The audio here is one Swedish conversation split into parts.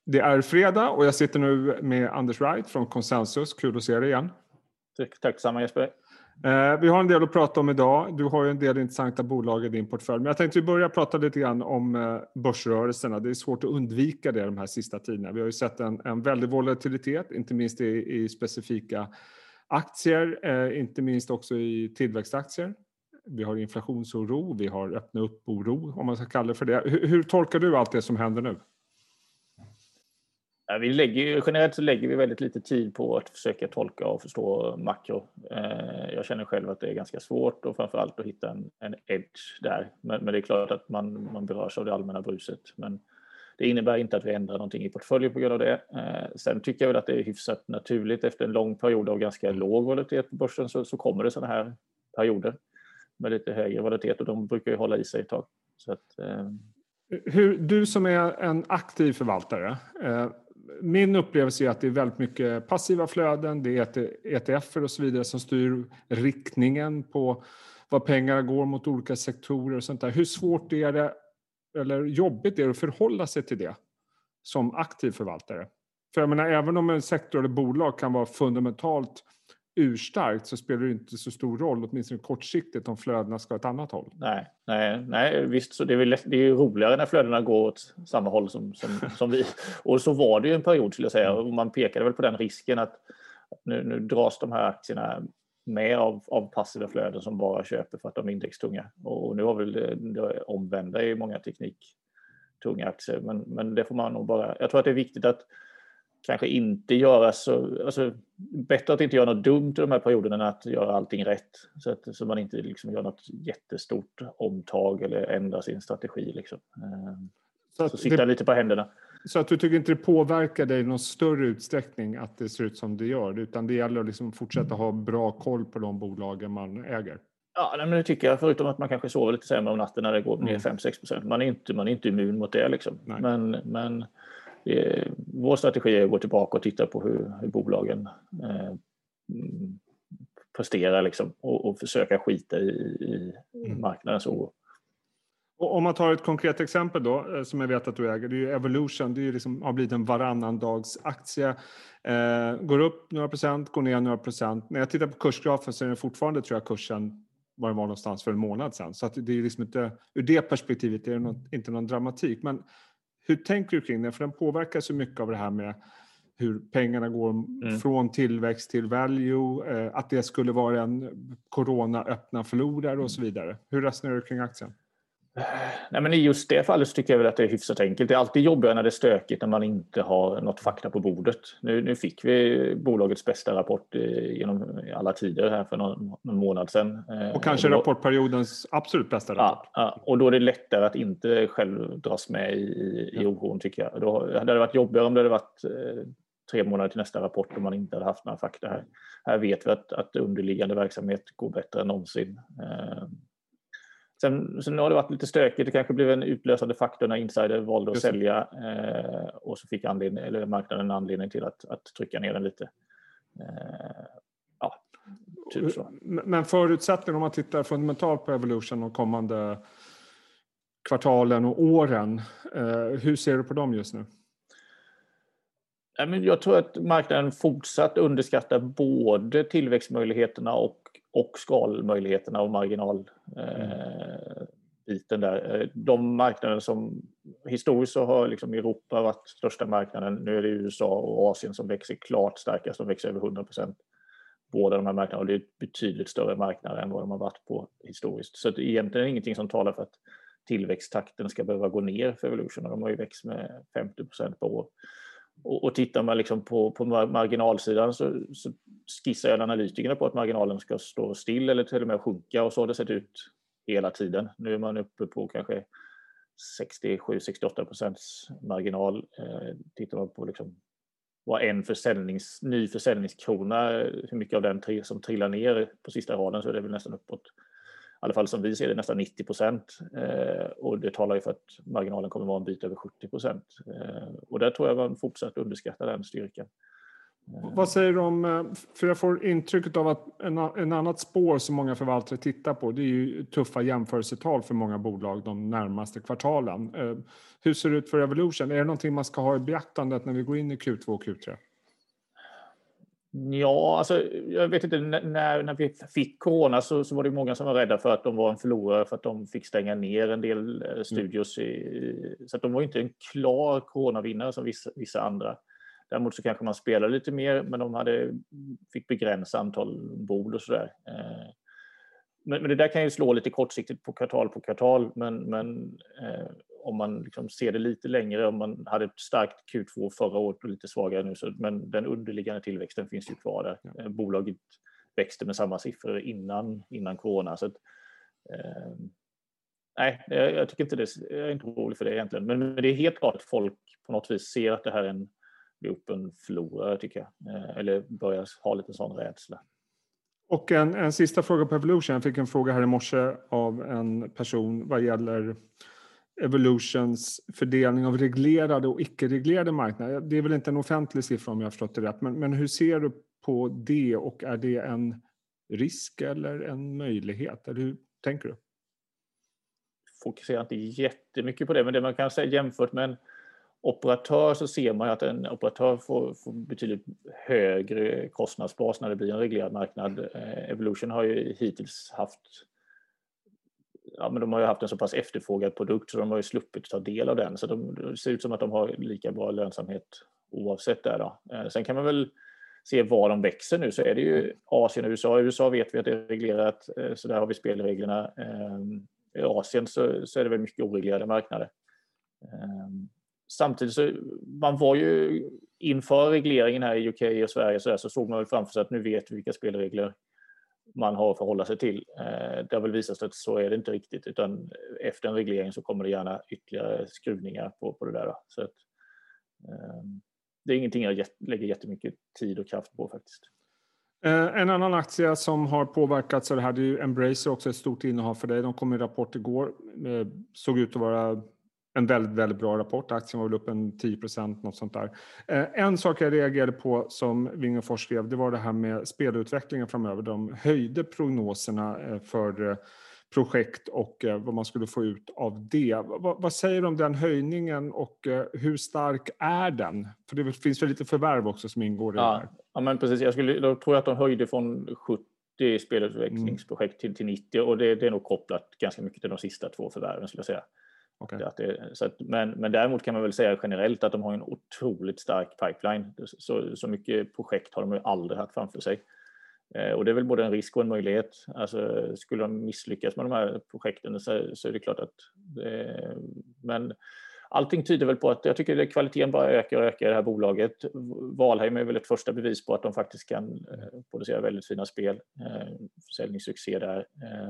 Det är fredag och jag sitter nu med Anders Wright från Consensus. Kul att se dig igen. Tack samma Jesper. Vi har en del att prata om idag. Du har ju en del intressanta bolag i din portfölj. Men jag tänkte vi börja prata lite grann om börsrörelserna. Det är svårt att undvika det de här sista tiderna. Vi har ju sett en väldig volatilitet, inte minst i specifika aktier, inte minst också i tillväxtaktier. Vi har inflationsoro, vi har öppna upp-oro, om man ska kalla det för det. Hur tolkar du allt det som händer nu? Ja, generellt så lägger vi väldigt lite tid på att försöka tolka och förstå makro. Jag känner själv att det är ganska svårt och framförallt att hitta en edge där. Men det är klart att man berörs av det allmänna bruset. Men det innebär inte att vi ändrar någonting i portföljen på grund av det. Sen tycker jag väl att det är hyfsat naturligt. Efter en lång period av ganska låg volatilitet på börsen så kommer det sådana här perioder med lite högre volatilitet och de brukar ju hålla i sig ett tag. Så att, Du som är en aktiv förvaltare, min upplevelse är att det är väldigt mycket passiva flöden, det är ETFer och så vidare som styr riktningen på vad pengar går mot olika sektorer och sånt där. Hur svårt är det eller jobbigt är det att förhålla sig till det som aktiv förvaltare? För jag menar, även om en sektor eller bolag kan vara fundamentalt urstarkt så spelar det inte så stor roll, åtminstone kortsiktigt, om flödena ska åt ett annat håll. Nej, visst, så det är ju roligare när flödena går åt samma håll som vi. Och så var det ju en period, skulle jag säga, och man pekade väl på den risken att nu dras de här aktierna med av passiva flöden som bara köper för att de är indextunga. Och nu har väl det omvända i många tekniktunga aktier, men det får man nog bara. Jag tror att det är viktigt att kanske inte göra så, alltså bättre att inte göra något dumt i de här perioderna än att göra allting rätt, så man inte liksom gör något jättestort omtag eller ändrar sin strategi liksom. Så sitta lite på händerna. Så att du tycker inte det påverkar dig i någon större utsträckning att det ser ut som det gör, utan det gäller att liksom fortsätta ha bra koll på de bolagen man äger? Ja, men det tycker jag, förutom att man kanske sover lite sämre om natten när det går ner 5-6%. Man är inte immun mot det liksom. Men vår strategi är att gå tillbaka och titta på hur bolagen presterar liksom, och försöka skita i marknadens oro. Och om man tar ett konkret exempel då, som jag vet att du äger, det är ju Evolution, det är ju liksom, har blivit en varannandagsaktie, går upp några procent, går ner några procent. När jag tittar på kursgrafen så är det fortfarande, tror jag, kursen var det var någonstans för en månad sedan. Så att det är liksom inte, ur det perspektivet är det inte någon dramatik. Men hur tänker du kring det? För den påverkas ju mycket av det här med hur pengarna går från tillväxt till value, att det skulle vara en corona-öppna förlorare och så vidare. Hur resonerar du kring aktien? Nej, men i just det fallet så tycker jag väl att det är hyfsat enkelt. Det är alltid jobbigare när det är stökigt, när man inte har något fakta på bordet. Nu fick vi bolagets bästa rapport genom alla tider här för någon månad sedan. Och kanske rapportperiodens absolut bästa rapport. Ja, och då är det lättare att inte själv dras med i oron, tycker jag. Då hade det varit jobbigare om det hade varit 3 månader till nästa rapport och man inte hade haft några fakta här. Här vet vi att underliggande verksamhet går bättre än någonsin. Sen har det varit lite stökigt. Det kanske blev en utlösande faktor när insider valde att sälja och så fick marknaden en anledning till att trycka ner den lite. Typ så. Men förutsättningen om man tittar fundamentalt på Evolution och kommande kvartalen och åren, hur ser du på dem just nu? Jag tror att marknaden fortsatt underskattar både tillväxtmöjligheterna och skalmöjligheterna och marginalbiten där. De marknader som historiskt så har liksom Europa varit största marknaden. Nu är det USA och Asien som växer klart starkast. De växer över 100%. Båda de här marknaderna, och det är ett betydligt större marknad än vad de har varit på historiskt. Så det är egentligen ingenting som talar för att tillväxttakten ska behöva gå ner för Evolution. De har ju växt med 50% per år. Och tittar man liksom på marginalsidan så skissar jag analytikerna på att marginalen ska stå still eller till och med sjunka, och så har det sett ut hela tiden. Nu är man uppe på kanske 67-68% marginal. Tittar man på liksom vad en ny försäljningskrona, hur mycket av den som trillar ner på sista raden, så är det väl nästan uppåt. I alla fall som vi ser det nästan 90%. Och det talar ju för att marginalen kommer vara en bit över 70%. Och där tror jag man fortsatt underskattar den styrkan. Vad säger du om, för jag får intrycket av att en annat spår som många förvaltare tittar på, det är ju tuffa jämförelsetal för många bolag de närmaste kvartalen. Hur ser det ut för Evolution? Är det någonting man ska ha i beaktandet när vi går in i Q2 och Q3? Ja, alltså, jag vet inte, när vi fick corona så var det många som var rädda för att de var en förlorare för att de fick stänga ner en del studios. Så att de var inte en klar coronavinnare som vissa andra. Däremot så kanske man spelade lite mer, men de fick begränsa antal bord och sådär. Men det där kan ju slå lite kortsiktigt på kvartal. Men om man liksom ser det lite längre, om man hade ett starkt Q2 förra året och lite svagare nu, men den underliggande tillväxten finns ju kvar där. Ja. Bolaget växte med samma siffror innan corona. Så att, nej, jag tycker inte jag är inte orolig för det egentligen. Men det är helt klart att folk på något vis ser att det här är en förlorare, tycker jag. Eller börjar ha lite sån rädsla. Och en sista fråga på Evolution. Jag fick en fråga här i morse av en person vad gäller Evolutions fördelning av reglerade och icke-reglerade marknader. Det är väl inte en offentlig siffra om jag har förstått det rätt. Men hur ser du på det, och är det en risk eller en möjlighet? Eller hur tänker du? Fokuserar inte jättemycket på det, men det man kan säga jämfört med en operatör, så ser man att en operatör får betydligt högre kostnadsbas när det blir en reglerad marknad. Evolution har ju hittills haft en så pass efterfrågad produkt så de har ju sluppit ta del av den. Så det ser ut som att de har lika bra lönsamhet oavsett det då. Sen kan man väl se var de växer nu, så är det ju Asien och USA. I USA vet vi att det är reglerat, så där har vi spelreglerna. I Asien så är det väl mycket oreglerade marknader. Samtidigt så man var ju inför regleringen här i UK och Sverige så såg man väl framför sig att nu vet vi vilka spelregler man har att förhålla sig till. Det har väl visat sig att så är det inte riktigt, utan efter en reglering så kommer det gärna ytterligare skruvningar på det där. Så att, det är ingenting jag lägger jättemycket tid och kraft på faktiskt. En annan aktie som har påverkats av det här, det är ju Embracer, också ett stort innehav för dig. De kom i rapport igår, såg ut att vara en väldigt, väldigt bra rapport. Aktien var väl upp en 10%, något sånt där. En sak jag reagerade på som Wingefors skrev, det var det här med spelutvecklingen framöver. De höjde prognoserna för projekt och vad man skulle få ut av det. Vad säger du om den höjningen och hur stark är den? För det finns väl lite förvärv också som ingår i det här. Ja, men precis. Då tror jag att de höjde från 70 spelutvecklingsprojekt till 90, och det är nog kopplat ganska mycket till de sista 2 förvärven, skulle jag säga. Okay. Men däremot kan man väl säga generellt att de har en otroligt stark pipeline. Så mycket projekt har de ju aldrig haft framför sig. Och det är väl både en risk och en möjlighet. Alltså, skulle de misslyckas med de här projekten så är det klart att men allting tyder väl på att jag tycker att kvaliteten bara ökar i det här bolaget. Valheim är väl ett första bevis på att de faktiskt kan producera väldigt fina spel. Försäljningssuccé där.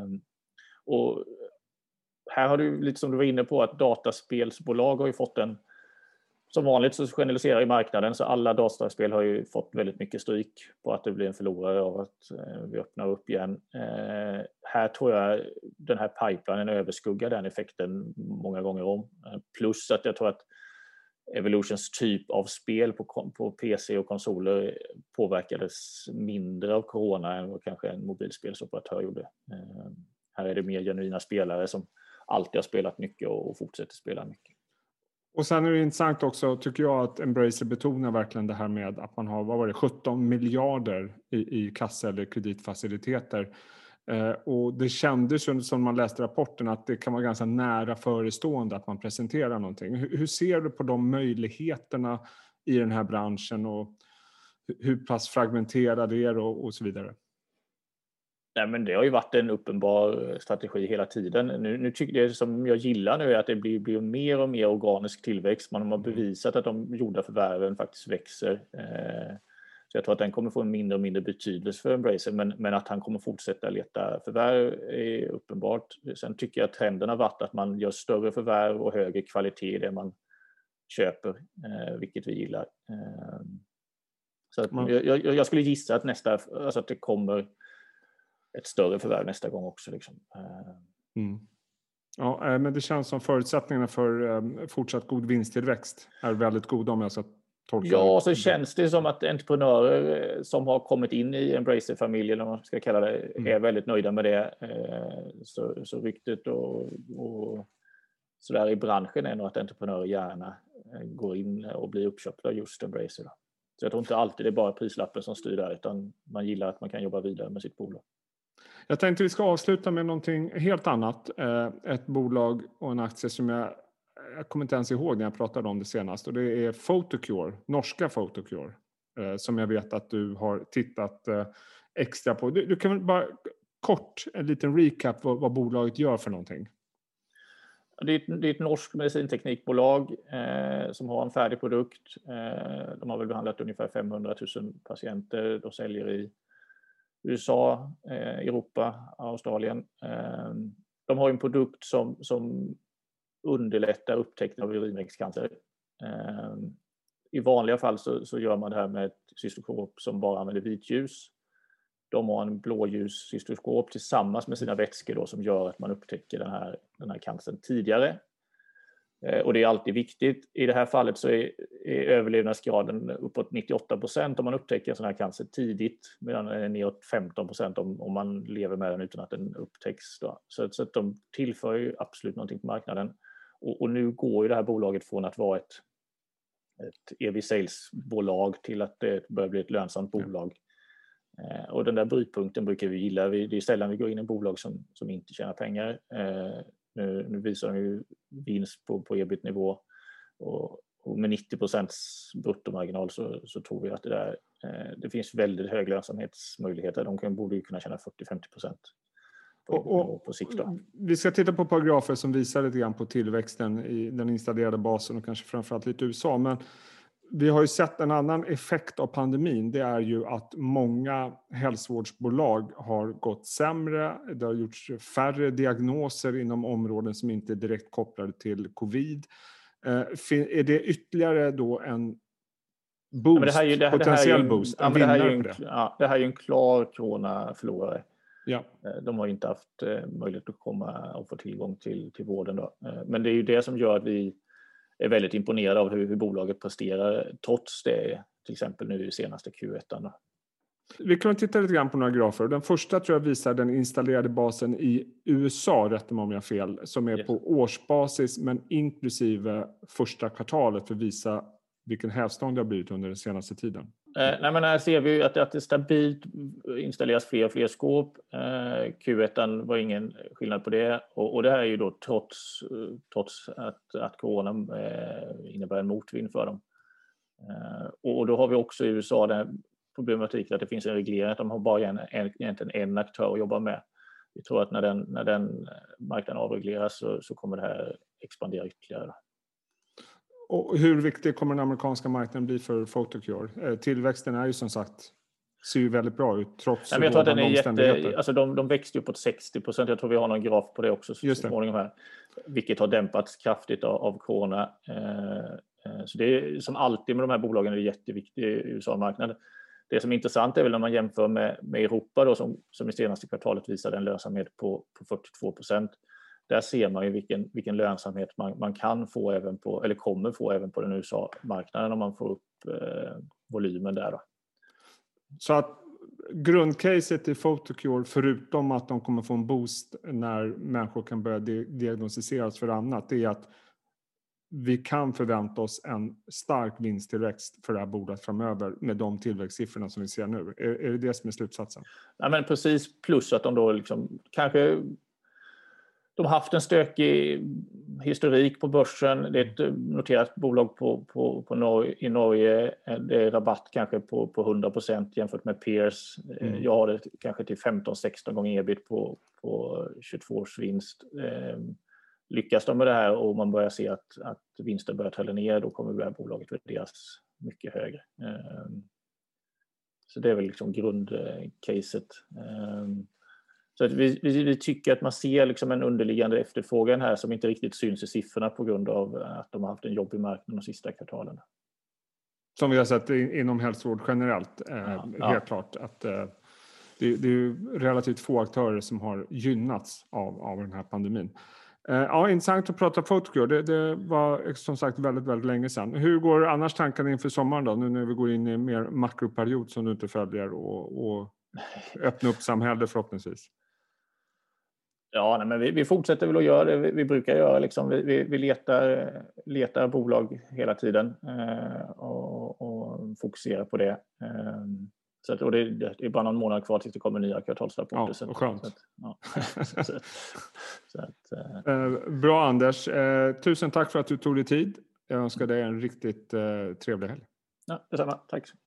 Och här har du lite som du var inne på att dataspelsbolag har ju fått som vanligt så generaliserar i marknaden, så alla dataspel har ju fått väldigt mycket stryk på att det blir en förlorare av att vi öppnar upp igen. Här tror jag den här pipelinen överskuggar den effekten många gånger om. Plus att jag tror att Evolutions typ av spel på PC och konsoler påverkades mindre av corona än vad kanske en mobilspelsoperatör gjorde. Här är det mer genuina spelare som alltid har spelat mycket och fortsätter spela mycket. Och sen är det intressant också, tycker jag, att Embracer betonar verkligen det här med att man har 17 miljarder i kassa eller kreditfaciliteter. Och det kändes som man läste rapporten att det kan vara ganska nära förestående att man presenterar någonting. Hur ser du på de möjligheterna i den här branschen och hur pass fragmenterad är det och så vidare? Nej, men det har ju varit en uppenbar strategi hela tiden. Nu tycker jag, det som jag gillar nu är att det blir mer och mer organisk tillväxt. Man har bevisat att de gjorda förvärven faktiskt växer. Så jag tror att den kommer få en mindre och mindre betydelse för Embracer, men att han kommer fortsätta leta förvärv är uppenbart. Sen tycker jag att trenden har varit att man gör större förvärv och högre kvalitet i det man köper, vilket vi gillar. Så att jag skulle gissa att att det kommer ett större förvärv nästa gång också. Liksom. Ja, men det känns som förutsättningarna för fortsatt god vinsttillväxt är väldigt goda om jag ska Ja, så känns det som att entreprenörer som har kommit in i Embracer-familjen, om man ska kalla det, är väldigt nöjda med det. Så ryktet och sådär i branschen är nog att entreprenörer gärna går in och blir uppköpta av just Embracer. Så jag tror inte alltid det är bara prislappen som styr där, utan man gillar att man kan jobba vidare med sitt bolag. Jag tänkte vi ska avsluta med någonting helt annat. Ett bolag och en aktie som jag kommer inte ens ihåg när jag pratade om det senast. Och det är Photocure, norska Photocure. Som jag vet att du har tittat extra på. Du kan väl bara kort en liten recap vad bolaget gör för någonting? Det är ett norskt medicinteknikbolag som har en färdig produkt. De har väl behandlat ungefär 500 000 patienter. De säljer i USA, Europa, Australien. De har en produkt som underlättar upptäckten av urinvägscancer. I vanliga fall så gör man det här med ett cystoskop som bara använder vitljus. De har en blåljuscystoskop tillsammans med sina vätskor då, som gör att man upptäcker den här cancern tidigare. Och det är alltid viktigt. I det här fallet så är överlevnadsgraden uppåt 98% om man upptäcker en sån här cancer tidigt, medan den är neråt 15% om man lever med den utan att den upptäcks. Då. Så att de tillför ju absolut någonting på marknaden. Och nu går ju det här bolaget från att vara ett EV-sales-bolag till att det börjar bli ett lönsamt bolag. Och den där brytpunkten brukar vi gilla. Det är sällan vi går in i bolag som inte tjänar pengar. Nu visar de ju vinst på ebit-nivå och med 90% bruttomarginal så tror vi att det finns väldigt hög lönsamhetsmöjligheter. De borde ju kunna tjäna 40-50% på sikt. Då. Vi ska titta på paragrafer som visar lite grann på tillväxten i den installerade basen och kanske framförallt lite USA. Men vi har ju sett en annan effekt av pandemin. Det är ju att många hälsovårdsbolag har gått sämre. Det har gjorts färre diagnoser inom områden som inte är direkt kopplade till covid. Är det ytterligare då en boost, potentiell boost? Det här är ju en klar corona-förlorare. Ja. De har inte haft möjlighet att komma och få tillgång till vården. Då. Men det är ju det som gör att vi är väldigt imponerade av hur bolaget presterar trots det, till exempel nu i senaste Q1. Vi kan titta lite grann på några grafer. Den första tror jag visar den installerade basen i USA, rätt om jag har fel, som är på årsbasis men inklusive första kvartalet för att visa vilken hävstång det har blivit under den senaste tiden. Nej, men här ser vi att det stabilt installeras fler och fler skåp. Q1 var ingen skillnad på det. Och det här är ju då trots att corona innebär en motvind för dem. Och då har vi också i USA den problematiken att det finns en reglering att de har bara egentligen en aktör att jobba med. Vi tror att när den marknaden avregleras så kommer det här expandera ytterligare. Och hur viktig kommer den amerikanska marknaden bli för Photocure? Tillväxten är ju som sagt, ser ju väldigt bra ut trots rådande omständigheter. Alltså de växte ju på 60%. Jag tror vi har någon graf på det också så småningom här. Vilket har dämpats kraftigt av corona. Så det är som alltid med de här bolagen är det jätteviktigt i USA-marknaden. Det som är intressant är väl när man jämför med Europa då, som i senaste kvartalet visade en lönsamhet på 42%. Där ser man ju vilken lönsamhet man kan få även på, eller kommer få även på den USA-marknaden om man får upp volymen där. Då. Så att grundcaset i Photocure, förutom att de kommer få en boost när människor kan börja diagnostiseras för annat, det är att vi kan förvänta oss en stark vinsttillväxt för det här bolaget framöver med de tillväxtsiffrorna som vi ser nu. Är det som är slutsatsen? Ja, men precis, plus att de då liksom kanske de har haft en stökig historik på börsen. Det är ett noterat bolag i Norge. Det är rabatt kanske på 100% jämfört med peers. Jag har det kanske till 15-16 gånger ebit på 22 års vinst. Lyckas de med det här och man börjar se att vinsten börjar trilla ner, då kommer det här bolaget värderas mycket högre. Så det är väl liksom grundcaset. Så att vi tycker att man ser liksom en underliggande efterfrågan här som inte riktigt syns i siffrorna på grund av att de har haft en jobbig marknad de sista kvartalen. Som vi har sett inom hälsovård generellt, helt klart att det är relativt få aktörer som har gynnats av den här pandemin. Ja, intressant att prata Photocure. Det var som sagt väldigt, väldigt länge sedan. Hur går annars tankarna inför sommaren då? Nu när vi går in i en mer makroperiod som du inte följer och öppna upp samhället förhoppningsvis. Ja, nej, men vi fortsätter väl att göra det vi brukar göra. Liksom. Vi letar bolag hela tiden och fokuserar på det. Så att, och det är bara någon månad kvar tills det kommer nya kvartalsrapporter. Ja, och skönt. Så bra Anders. Tusen tack för att du tog dig tid. Jag önskar dig en riktigt trevlig helg. Ja, detsamma. Tack.